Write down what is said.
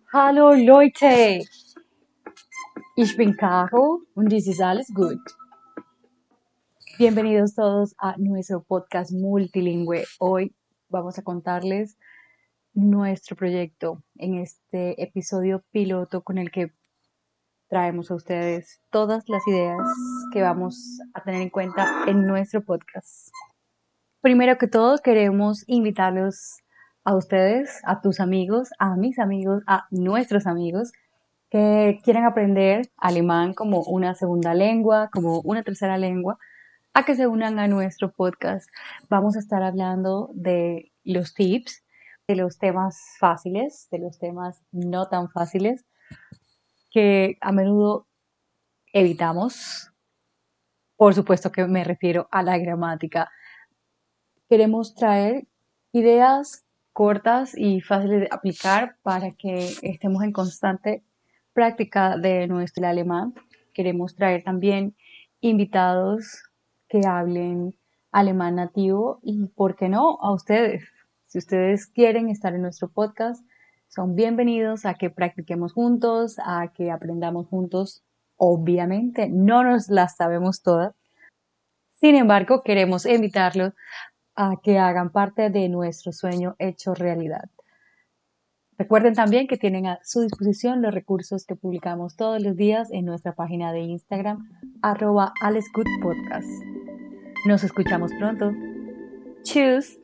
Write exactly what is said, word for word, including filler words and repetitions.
Hallo Leute, ich bin Caro und dies ist alles gut. Bienvenidos todos a nuestro podcast multilingüe. Hoy vamos a contarles nuestro proyecto en este episodio piloto con el que traemos a ustedes todas las ideas que vamos a tener en cuenta en nuestro podcast. Primero que todo, queremos invitarlos a ustedes, a tus amigos, a mis amigos, a nuestros amigos que quieren aprender alemán como una segunda lengua, como una tercera lengua, a que se unan a nuestro podcast. Vamos a estar hablando de los tips, de los temas fáciles, de los temas no tan fáciles, que a menudo evitamos. Por supuesto que me refiero a la gramática. Queremos traer ideas cortas y fáciles de aplicar para que estemos en constante práctica de nuestro alemán. Queremos traer también invitados que hablen alemán nativo y, ¿por qué no?, a ustedes. Si ustedes quieren estar en nuestro podcast, son bienvenidos a que practiquemos juntos, a que aprendamos juntos. Obviamente, no nos las sabemos todas. Sin embargo, queremos invitarlos a que hagan parte de nuestro sueño hecho realidad. Recuerden también que tienen a su disposición los recursos que publicamos todos los días en nuestra página de Instagram, arroba alesgoodpodcast. Nos escuchamos pronto. Tschüss.